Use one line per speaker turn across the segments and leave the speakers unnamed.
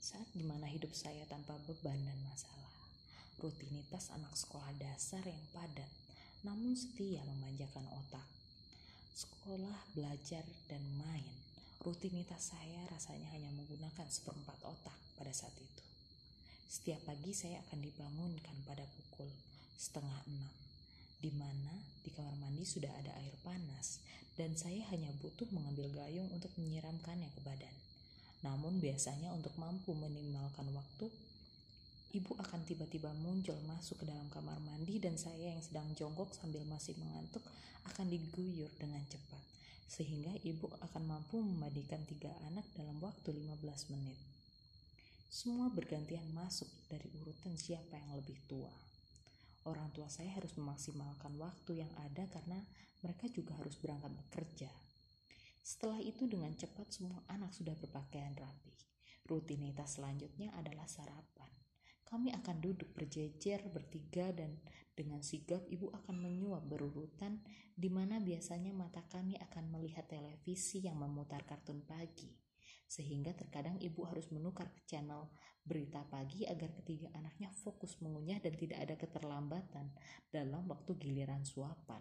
saat dimana hidup saya tanpa beban dan masalah. Rutinitas anak sekolah dasar yang padat, namun setia memanjakan otak. Sekolah, belajar, dan main. Rutinitas saya rasanya hanya menggunakan seperempat otak pada saat itu. Setiap pagi saya akan dibangunkan pada pukul 5:30, di mana di kamar mandi sudah ada air panas dan saya hanya butuh mengambil gayung untuk menyiramkannya ke badan. Namun biasanya untuk mampu meminimalkan waktu, ibu akan tiba-tiba muncul masuk ke dalam kamar mandi dan saya yang sedang jongkok sambil masih mengantuk akan diguyur dengan cepat, sehingga ibu akan mampu memandikan 3 anak dalam waktu 15 menit. Semua bergantian masuk dari urutan siapa yang lebih tua. Orang tua saya harus memaksimalkan waktu yang ada karena mereka juga harus berangkat bekerja. Setelah itu dengan cepat semua anak sudah berpakaian rapi. Rutinitas selanjutnya adalah sarapan. Kami akan duduk berjejer bertiga dan dengan sigap ibu akan menyuap berurutan, di mana biasanya mata kami akan melihat televisi yang memutar kartun pagi. Sehingga terkadang ibu harus menukar ke channel berita pagi agar ketiga anaknya fokus mengunyah dan tidak ada keterlambatan dalam waktu giliran suapan.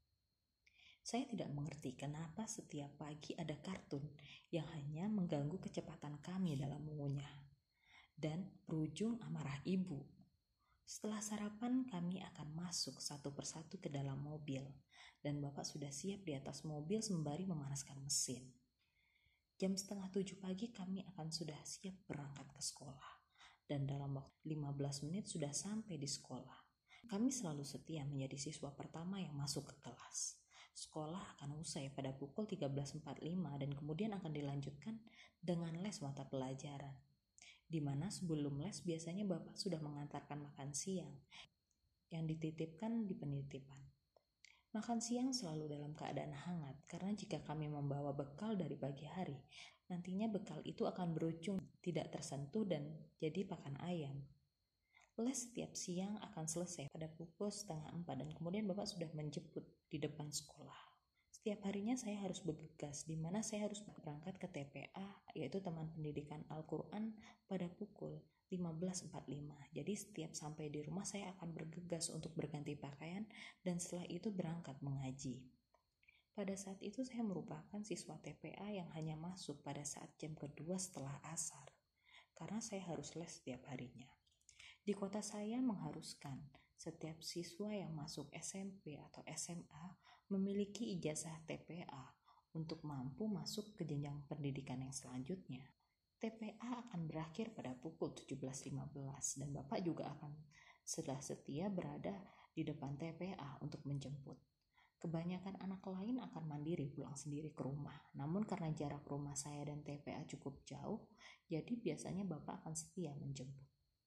Saya tidak mengerti kenapa setiap pagi ada kartun yang hanya mengganggu kecepatan kami dalam mengunyah dan berujung amarah ibu. Setelah sarapan kami akan masuk satu persatu ke dalam mobil dan bapak sudah siap di atas mobil sembari memanaskan mesin. Jam 6:30 pagi kami akan sudah siap berangkat ke sekolah dan dalam waktu 15 menit sudah sampai di sekolah. Kami selalu setia menjadi siswa pertama yang masuk ke kelas. Sekolah akan usai pada pukul 13.45 dan kemudian akan dilanjutkan dengan les mata pelajaran, di mana sebelum les biasanya bapak sudah mengantarkan makan siang yang dititipkan di penitipan. Makan siang selalu dalam keadaan hangat karena jika kami membawa bekal dari pagi hari, nantinya bekal itu akan berujung tidak tersentuh dan jadi pakan ayam. Les setiap siang akan selesai pada pukul 3:30 dan kemudian bapak sudah menjemput di depan sekolah. Setiap harinya saya harus bergegas, di mana saya harus berangkat ke TPA, yaitu Taman Pendidikan Al-Quran, pada pukul 15.45. Jadi setiap sampai di rumah saya akan bergegas untuk berganti pakaian dan setelah itu berangkat mengaji. Pada saat itu saya merupakan siswa TPA yang hanya masuk pada saat jam kedua setelah asar, karena saya harus les setiap harinya. Di kota saya mengharuskan setiap siswa yang masuk SMP atau SMA memiliki ijazah TPA untuk mampu masuk ke jenjang pendidikan yang selanjutnya. TPA akan berakhir pada pukul 17.15 dan bapak juga akan setia berada di depan TPA untuk menjemput. Kebanyakan anak lain akan mandiri pulang sendiri ke rumah, namun karena jarak rumah saya dan TPA cukup jauh, jadi biasanya bapak akan setia menjemput.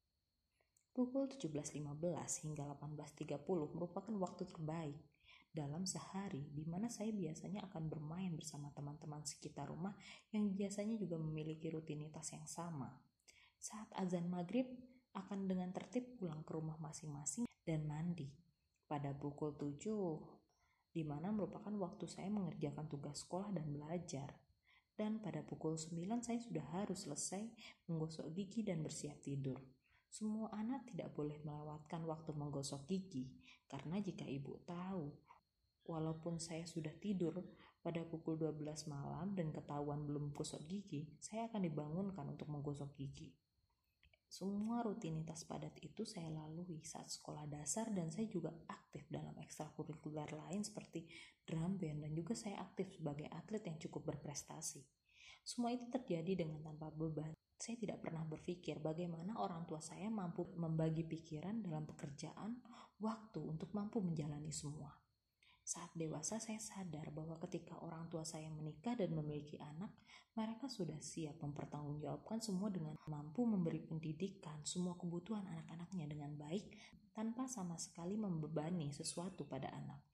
Pukul 17.15 hingga 18.30 merupakan waktu terbaik dalam sehari di mana saya biasanya akan bermain bersama teman-teman sekitar rumah yang biasanya juga memiliki rutinitas yang sama. Saat azan maghrib akan dengan tertib pulang ke rumah masing-masing dan mandi pada pukul 7, di mana merupakan waktu saya mengerjakan tugas sekolah dan belajar. Dan pada pukul 9 saya sudah harus selesai menggosok gigi dan bersiap tidur. Semua anak tidak boleh melewatkan waktu menggosok gigi, karena jika ibu tahu, walaupun saya sudah tidur pada pukul 12 malam dan ketahuan belum gosok gigi, saya akan dibangunkan untuk menggosok gigi. Semua rutinitas padat itu saya lalui saat sekolah dasar dan saya juga aktif dalam ekstrakurikuler lain seperti drum band dan juga saya aktif sebagai atlet yang cukup berprestasi. Semua itu terjadi dengan tanpa beban. Saya tidak pernah berpikir bagaimana orang tua saya mampu membagi pikiran dalam pekerjaan, waktu untuk mampu menjalani semua. Saat dewasa saya sadar bahwa ketika orang tua saya menikah dan memiliki anak, mereka sudah siap mempertanggungjawabkan semua dengan mampu memberi pendidikan semua kebutuhan anak-anaknya dengan baik tanpa sama sekali membebani sesuatu pada anak.